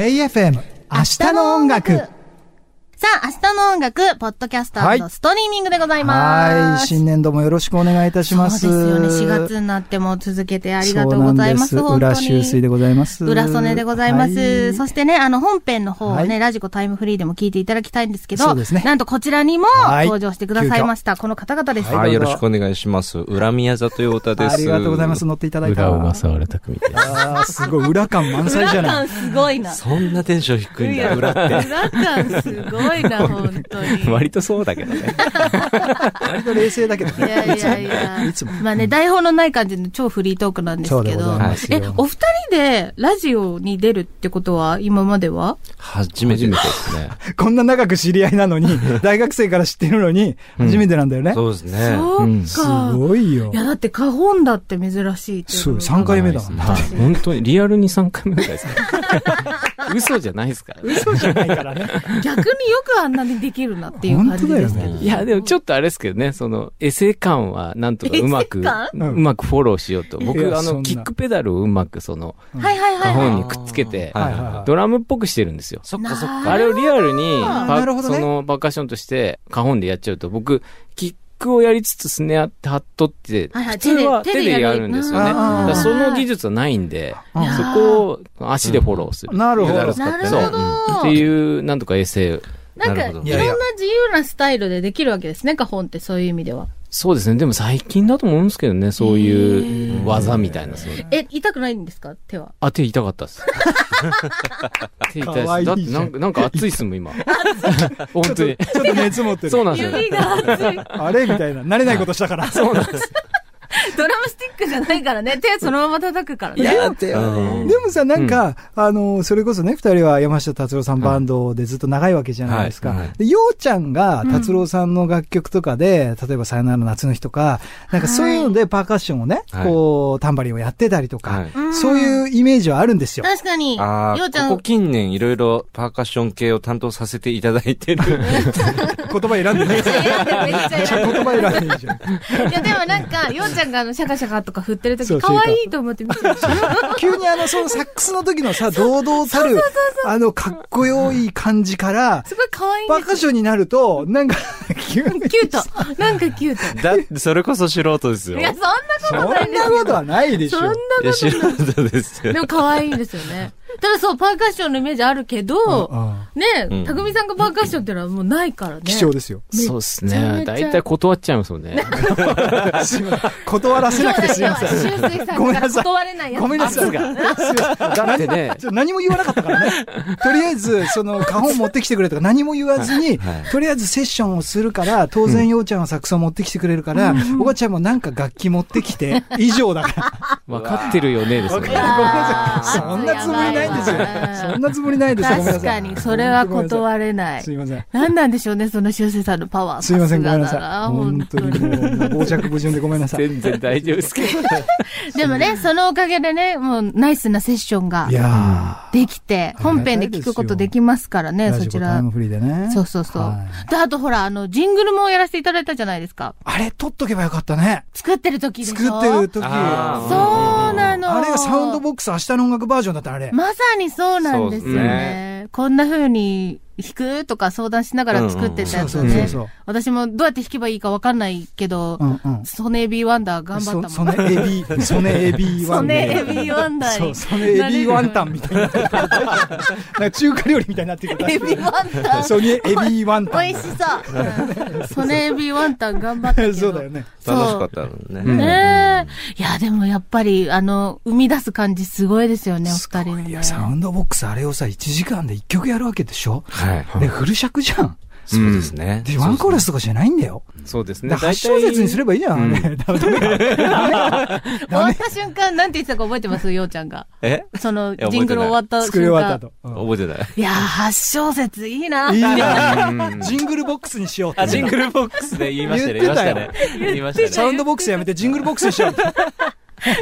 AFM 明日の音楽。 さあ、明日の音楽、ポッドキャスト&ストリーミングでございます。 はい。新年度もよろしくお願いいたします。 そうですよね。4月になっても続けてありがとうございます。 本当に。裏修水でございます。 裏曽根でございます。はい、そしてね、本編の方をね、はい、ラジコタイムフリーでも聞いていただきたいんですけど、そうですね。なんとこちらにも登場してくださいました。はい、この方々です。 はい、よろしくお願いします。裏宮里陽太です。 ありがとうございます。乗っていただいた。 裏小笠原匠です。 ああ、すごい。裏感満載じゃない。 裏感すごいな。 そんなテンション低いんだ、裏って。 裏感すごいな、本当に。 割とそうだけどね。 割と冷静だけどね。 いつも。まあね、台本のない感じの超フリートークなんですけど。お二人でラジオに出るってことは今までは初めてですね。 こんな長く知り合いなのに、大学生から知ってるのに、初めてなんだよね。 そうですね。 そうか。 すごいよ。 いや、だって花本だって珍しいって。 そう、3回目だもんね。 本当に、リアルに3回目ぐらいですね。嘘じゃないですからね。 嘘じゃないからね。 逆によくあんなにできるなっていう感じですけど。 いや、でもちょっとあれですけどね、エセ感はなんとかうまくフォローしようと。僕、キックペダルをうまく花本にくっつけて、ドラムっぽくしてるんですよ。 そっかそっか。 あれをリアルに、パーカッションとして花本でやっちゃうと、僕、キックをやりつつスネアって貼っとって、普通は手でやるんですよね。その技術はないんで、そこを足でフォローする。 なるほど。 そう。っていう、なんとかエセ。 なんか、いろんな自由なスタイルでできるわけですね、花本ってそういう意味では。 そうですね。でも最近だと思うんですけどね、そういう技みたいな。 痛くないんですか手は。 手痛かったです。手痛いです。だってなんか熱いっすもん、今。本当に。 ちょっと熱持ってる。 そうなんですよ。 指が熱い。 あれみたいな。慣れないことしたから。 そうなんです。 ドラムスティックじゃないからね。手そのまま叩くからね。 でもさ、なんか、それこそね、二人は山下達郎さんバンドでずっと長いわけじゃないですか。で、ようちゃんが達郎さんの楽曲とかで、例えばさよならの夏の日とか、なんかそういうのでパーカッションをね、こう、タンバリンをやってたりとか、そういうイメージはあるんですよ。 確かに。ようちゃん。 ここ近年いろいろパーカッション系を担当させていただいてる。 言葉選んでない。めっちゃ言葉選んでるじゃん。 いや、でもなんか、ようちゃんがシャカシャカとか振ってるとき、可愛いと思って見てる。 急にそのサックスの時のさ、堂々たる、かっこよい感じから、 すごい可愛い。 パーカッションになると、なんか、 キュート。なんかキュート。 だって、それこそ素人ですよ。 いや、そんなことないですよ。 そんなことはないでしょ。 そんなことない。 素人ですよ。 でも可愛いですよね。ただそう、パーカッションのイメージあるけど、ね、たくみさんがパーカッションってのはもうないからね。 貴重ですよ。 そうですね。だいたい断っちゃいますもんね。 断らせなくてすいません。 修水さんから断れないやつ。 ごめんなさい。だってね、何も言わなかったからね。とりあえず、花本持ってきてくれとか何も言わずに、とりあえずセッションをするから、当然ようちゃんはサックスを持ってきてくれるから、おばちゃんもなんか楽器持ってきて、以上だから。 わかってるよね、ですよね。 ごめんなさい。そんなつもりないんですよ。そんなつもりないですよ。 確かに、それは断れない。 すいません。 何なんでしょうね、その修正さんのパワー。 すいません、ごめんなさい。本当にもう、傍若無人でごめんなさい。 全然大丈夫ですけど。 でもね、そのおかげでね、もうナイスなセッションができて、本編で聞くことできますからね、そちら。 タイムフリーでね。 そうそうそう。で、あとほら、ジングルもやらせていただいたじゃないですか。 あれ、撮っとけばよかったね。 作ってる時でしょ。 作ってる時。 そうなの。 あれがサウンドボックス明日の音楽バージョンだったあれ。 まさにそうなんですよね。こんな風に弾くとか相談しながら作ってたやつをね。私もどうやって弾けばいいかわかんないけど、ソネエビーワンダー頑張ったもん。 ソネエビーワンダー。 ソネエビーワンダーに。 ソネエビーワンタンみたいな。なんか中華料理みたいになってる。 エビワンタン。 ソネエビーワンタン。 美味しそう。ソネエビーワンタン頑張ったけど。 そうだよね。 楽しかったのね。 ねえ。いや、でもやっぱり、生み出す感じすごいですよね、お二人の。 いや、サウンドボックスあれをさ、1時間で1曲やるわけでしょ。 はい。 で、フル尺じゃん。 そうですね。 で、ワンコーラスとかじゃないんだよ。 そうですね。 8小節にすればいいじゃん。終わった瞬間、なんて言ってたか覚えてますようちゃんが。ジングル終わった瞬間。 作り終わったと。 覚えてない。 いやー、8小節いいな。 いいな。ジングルボックスにしようって。 ジングルボックスで言いましたね。言いましたね。言いましたね。 サウンドボックスやめてジングルボックスにしようって。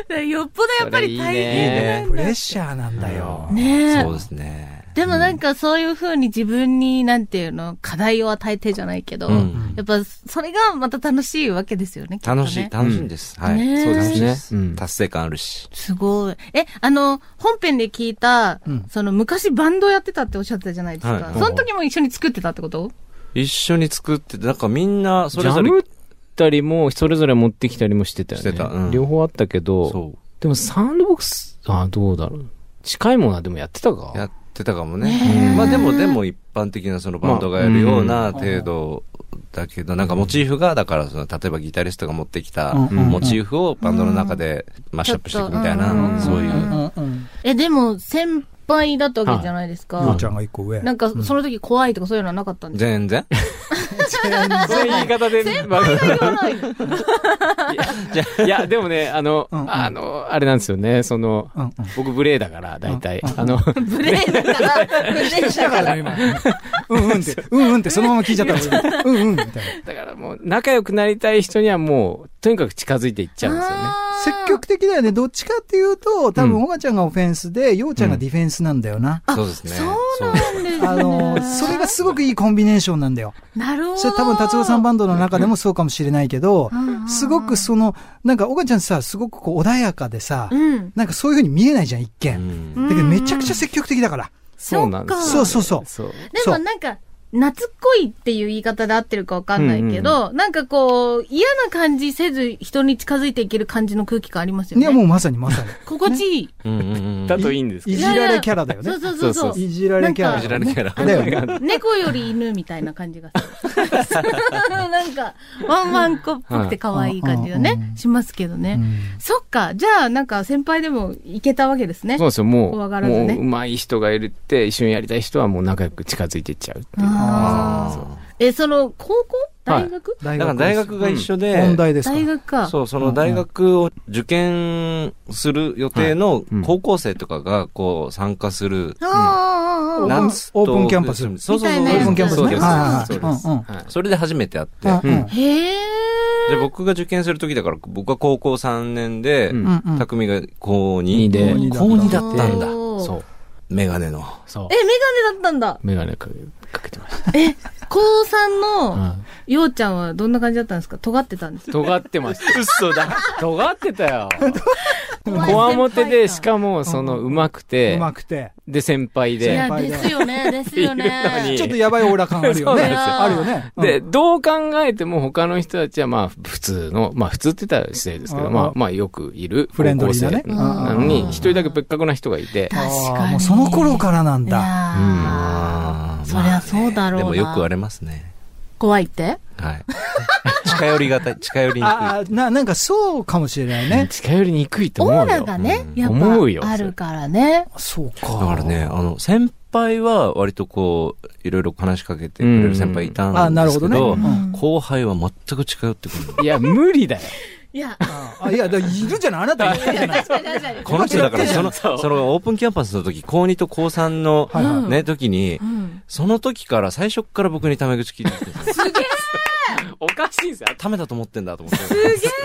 よっぽどやっぱり大変プレッシャーなんだよ。 ねえ。 そうですね。 でもなんかそういう風に自分になんていうの、課題を与えてじゃないけど、やっぱそれがまた楽しいわけですよね、 楽しいんです。はい。そうですね。達成感あるし。 すごい。本編で聞いた、その昔バンドやってたっておっしゃってたじゃないですか。その時も一緒に作ってたってこと？ 一緒に作ってて、なんかみんなそれぞれ。 ジャムったりも、それぞれ持ってきたりもしてたよね。両方あったけど、でもサウンドボックス、どうだろう。近いものはでもやってたか。 やってたかもね。まあでも一般的なそのバンドがやるような程度だけど、なんかモチーフが、だからその、例えばギタリストが持ってきたモチーフをバンドの中でマッシュアップしていくみたいな、そういう。 でも、先輩だったわけじゃないですか。 ようちゃんが一個上。 なんか、その時怖いとかそういうのはなかったんですか？ 全然。 そういう言い方で。 先輩が言わないいや、でもね、あれなんですよね、僕ブレーだから、大体。 ブレーだから、ブレーだから。 今。うんってそのまま聞いちゃった。みたいな。 だからもう、仲良くなりたい人にはもう、とにかく近づいていっちゃうんですよね。 積極的だよね。どっちかっていうと、多分、おがちゃんがオフェンスで、ようちゃんがディフェンスなんだよな。 そうですね。 そうなんですね。 それがすごくいいコンビネーションなんだよ。 なるほど。 それ多分、達郎さんバンドの中でもそうかもしれないけど、すごくなんか、おがちゃんさ、すごくこう、穏やかでさ、なんかそういう風に見えないじゃん、一見。だけど、めちゃくちゃ積極的だから。 そうなんです。 そう。 でもなんか、夏っこいっていう言い方で合ってるかわかんないけど、なんかこう、嫌な感じせず人に近づいていける感じの空気感ありますよね。 いや、もうまさに。 心地いい。 だといいんですけど。 いじられキャラだよね。 そう。 いじられキャラ。 だよね。猫より犬みたいな感じがする。なんか、ワンワンコっぽくて可愛い感じがね、しますけどね。そっか。じゃあ、なんか先輩でもいけたわけですね。 そうですよ。もう、 怖がらずね。 上手い人がいるって、一緒にやりたい人はもう仲良く近づいていっちゃうっていう。 その、高校？大学？ だから大学が一緒で、 問題ですか。 大学か。 そう、その大学を受験する予定の高校生とかがこう参加する、 オープンキャンパス。 そう、オープンキャンパスね。 そうです。それで初めて会って、で、僕が受験する時だから、僕は高校3年で、匠が高2で、高2だったんだ。そう。メガネの。 そう。メガネだったんだ。 メガネかけてました。 高3の、ようちゃんはどんな感じだったんですか？尖ってたんですか？ 尖ってました。嘘だ。尖ってたよ。こわもてで、しかも、上手くて、で、先輩で。 いや、ですよね。 ちょっとやばいオーラ感あるよね。あるよね。 で、どう考えても他の人たちは、まあ、普通って言ったら失礼ですけど、まあ、よくいるフレンドリーなね。 なのに、一人だけ別格な人がいて。 確かに。 もうその頃からなんだ。 そりゃそうだろうな。 でもよく言われますね。 怖いって？ はい。近寄りにくい。 なんかそうかもしれないね。 近寄りにくいと思うよ。 オーラがね、やっぱあるからね。 そうか。 だからね、先輩は割とこう、いろいろ話しかけてくれる先輩いたんですけど、後輩は全く近寄ってくる。 いや、無理だよ。 いや、 いるじゃない、あなたいるじゃない。 この人だから、そのオープンキャンパスの時、高2と高3のね、時に、その時から最初から僕にタメ口聞いてきてる。 すげえおかしいんすよ。 タメだと思ってんだと思って。 すげ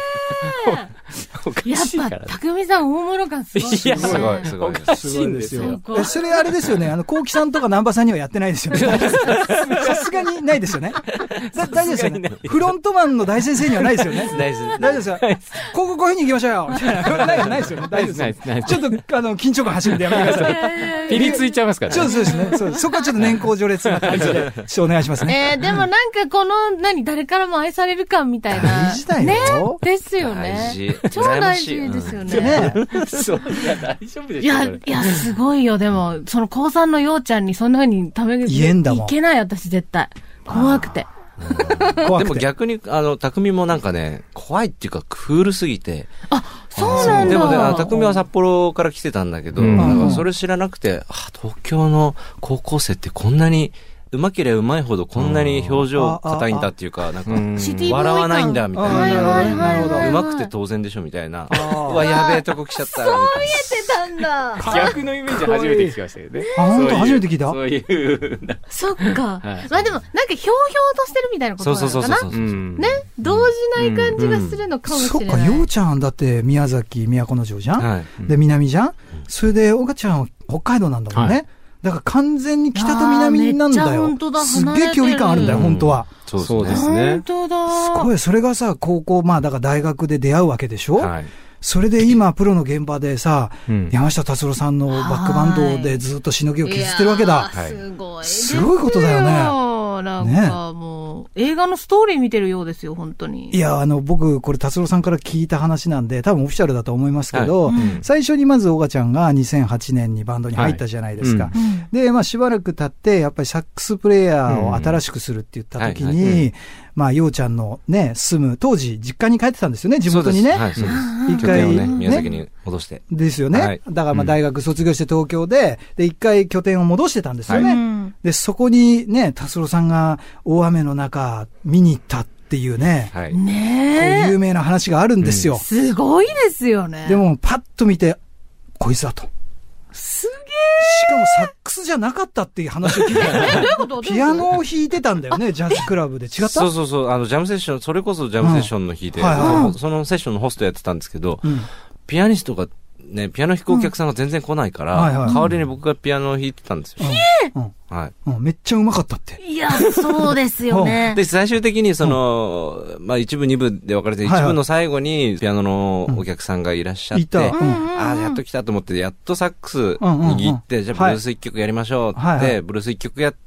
えやっぱ、匠さん大物感すごい。 いや、 すごい。 おかしいんですよ。 それあれですよね。コウキさんとか南波さんにはやってないですよね。さすがにないですよね。大丈夫ですよね。フロントマンの大先生にはないですよね。 大丈夫ですよ。こういう風に行きましょうよ。ないですよね。大丈夫です。ちょっと、緊張感走るんでやめてください。 ピリついちゃいますからね。 そうですね。そこはちょっと年功序列な感じで、ちょっとお願いしますね。 でもなんか誰からも愛される感みたいな。 大事だよ。ね。 ですよね。超大事ですよね。 そう。いや、大丈夫ですよ。いや、すごいよ。でも、高3のようちゃんにそんな風にタメ口言えんだもん。いけない、私絶対。怖くて。 でも逆に、匠もなんかね、怖いっていうか、クールすぎて。 あ、そうなんだ。 でもね、匠は札幌から来てたんだけど、なんかそれ知らなくて、東京の高校生ってこんなに、うまければうまいほどこんなに表情硬いんだっていうか、なんか、笑わないんだみたいな。うまくて当然でしょみたいな。うわ、やべえとこ来ちゃった。 そう見えてたんだ。 逆のイメージ初めて聞きましたよね。 本当初めて聞いた？ そういう。 そっか。まあでも、なんかひょうひょうとしてるみたいなことなのかな。 そう。 ね、動じない感じがするのかもしれない。 そっか、ようちゃんだって宮崎、都城じゃん？で、南じゃん？それで、おがちゃんは北海道なんだもんね。 だから完全に北と南なんだよ。すっげえ距離感あるんだよ、本当は。 そうですね。 本当だ。 すごい、それがさ、高校、だから大学で出会うわけでしょ。はい。それで今、プロの現場でさ、山下達郎さんのバックバンドでずっとしのぎを削ってるわけだ。 すごい。 すごいことだよね。 なんかもう、映画のストーリー見てるようですよ、本当に。 いや、僕、これ達郎さんから聞いた話なんで、多分オフィシャルだと思いますけど、最初にまずオガちゃんが2008年にバンドに入ったじゃないですか。で、しばらく経って、やっぱりサックスプレイヤーを新しくするって言った時に、ようちゃんのね、当時、実家に帰ってたんですよね、地元にね。 はい、そうです。一回ね、宮崎に戻して。 ですよね。だから大学卒業して東京で、一回拠点を戻してたんですよね。で、そこにね、達郎さんが大雨の中、見に行ったっていうね。ねえ。有名な話があるんですよ。 すごいですよね。 でも、パッと見て、こいつだと。 すげえ。 しかもサックスじゃなかったっていう話を聞いたよね。ピアノを弾いてたんだよね、ジャズクラブで。違った？ そう、ジャムセッション、それこそジャムセッションの日で、そのセッションのホストやってたんですけど、ピアニストがね、ピアノ弾くお客さんが全然来ないから、代わりに僕がピアノを弾いてたんですよ。 はい。めっちゃうまかったって。 いや、そうですよね。 で、最終的に一部二部で分かれて、一部の最後にピアノのお客さんがいらっしゃって、やっと来たと思って、やっとサックス握って、じゃあブルース一曲やりましょうって、ブルース一曲やって、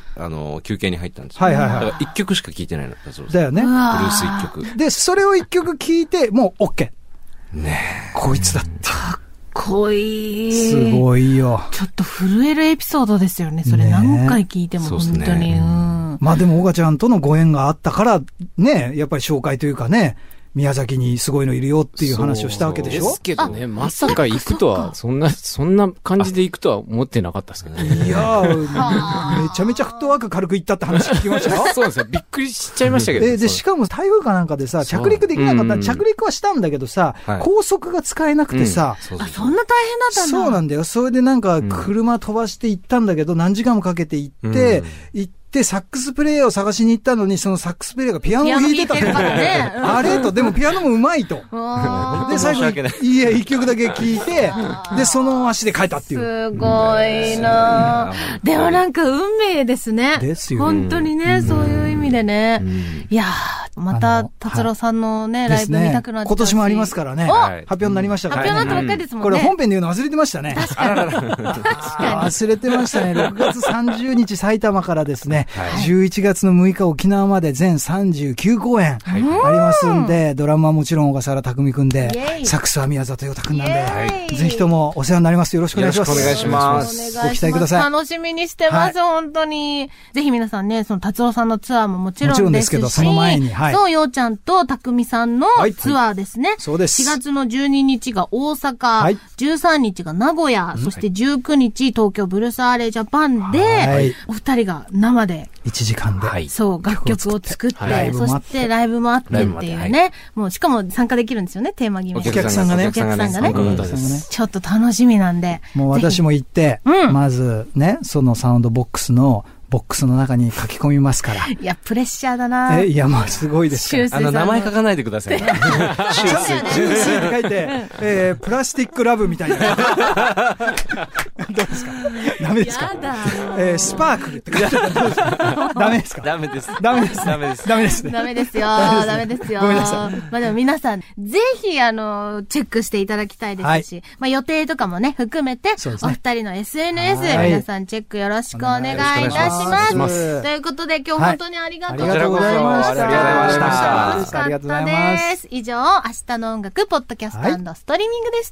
休憩に入ったんですよ。だから一曲しか聴いてないの。 だよね。 ブルース一曲。 で、それを一曲聴いて、もう OK。 ねえ。こいつだって。 かっこいい。 すごいよ。 ちょっと震えるエピソードですよね。それ何回聞いても本当に。 でも、オガちゃんとのご縁があったから、ね、やっぱり紹介というかね、宮崎にすごいのいるよっていう話をしたわけでしょ？ ですけどね、まさか行くとは、そんな感じで行くとは思ってなかったですけどね。 いやー、めちゃめちゃフットワーク軽く行ったって話聞きましたよ。 そうですね、びっくりしちゃいましたけど。 で、しかも台風かなんかでさ、着陸できなかった。着陸はしたんだけどさ、高速が使えなくてさ。 そんな大変だったんだ。 そうなんだよ。それでなんか、車飛ばして行ったんだけど、何時間もかけて行って、で、サックスプレイヤーを探しに行ったのに、そのサックスプレイヤーがピアノを弾いてたからね。あれと、でもピアノも上手いと。で、最後に、一曲だけ聴いて、で、その足で帰ったっていう。 すごいなでもなんか運命ですね。 ですよ。 本当にね、そういう意味でね。いやまた、達郎さんのね、ライブ見たくなっちゃうし。 今年もありますからね。発表になりましたからね。 発表になったばっかりですもんね。 これ本編で言うの忘れてましたね。 確かに。 忘れてましたね。6月30日埼玉からですね、11月の6日沖縄まで全39公演ありますんで、ドラムはもちろん小笠原匠くんで、サックスは宮里洋太くんなんで、ぜひともお世話になります。よろしくお願いします。 よろしくお願いします。 ご期待ください。 楽しみにしてます、本当に。ぜひ皆さんね、その達郎さんのツアーももちろんですし、 その前に、 そう、ようちゃんと匠さんのツアーですね。 そうです。 4月の12日が大阪、13日が名古屋、そして19日東京ブルースアーレイジャパンで、お二人が生で 1時間で、 そう、楽曲を作って、そしてライブもあってっていうね。もう、しかも参加できるんですよね、テーマ決め。 お客さんがね。 ちょっと楽しみなんで。 もう私も行って、まずね、そのサウンドボックスの中に書き込みますから。 いや、プレッシャーだな。 いや、まあ、すごいですから。 名前書かないでください。 シュースって書いて、プラスティックラブみたいな。どうですか？ダメですか？スパークルって書いてある。ダメですか？ ダメです。 ダメです。 ダメです。 ダメです。 ダメですよ。ダメですよ。 ごめんなさい。 まあでも皆さん、ぜひ、チェックしていただきたいですし、まあ予定とかもね、含めて、お二人の SNS、皆さんチェックよろしくお願いいたします。ということで今日本当にありがとうございました。 楽しかったです。以上、明日の音楽、ポッドキャスト&ストリーミングでした。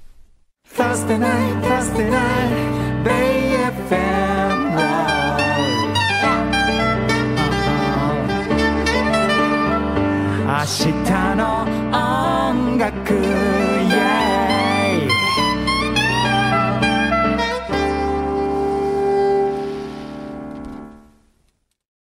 Thursday night, Thursday night, Bay FM. Ashita no ongaku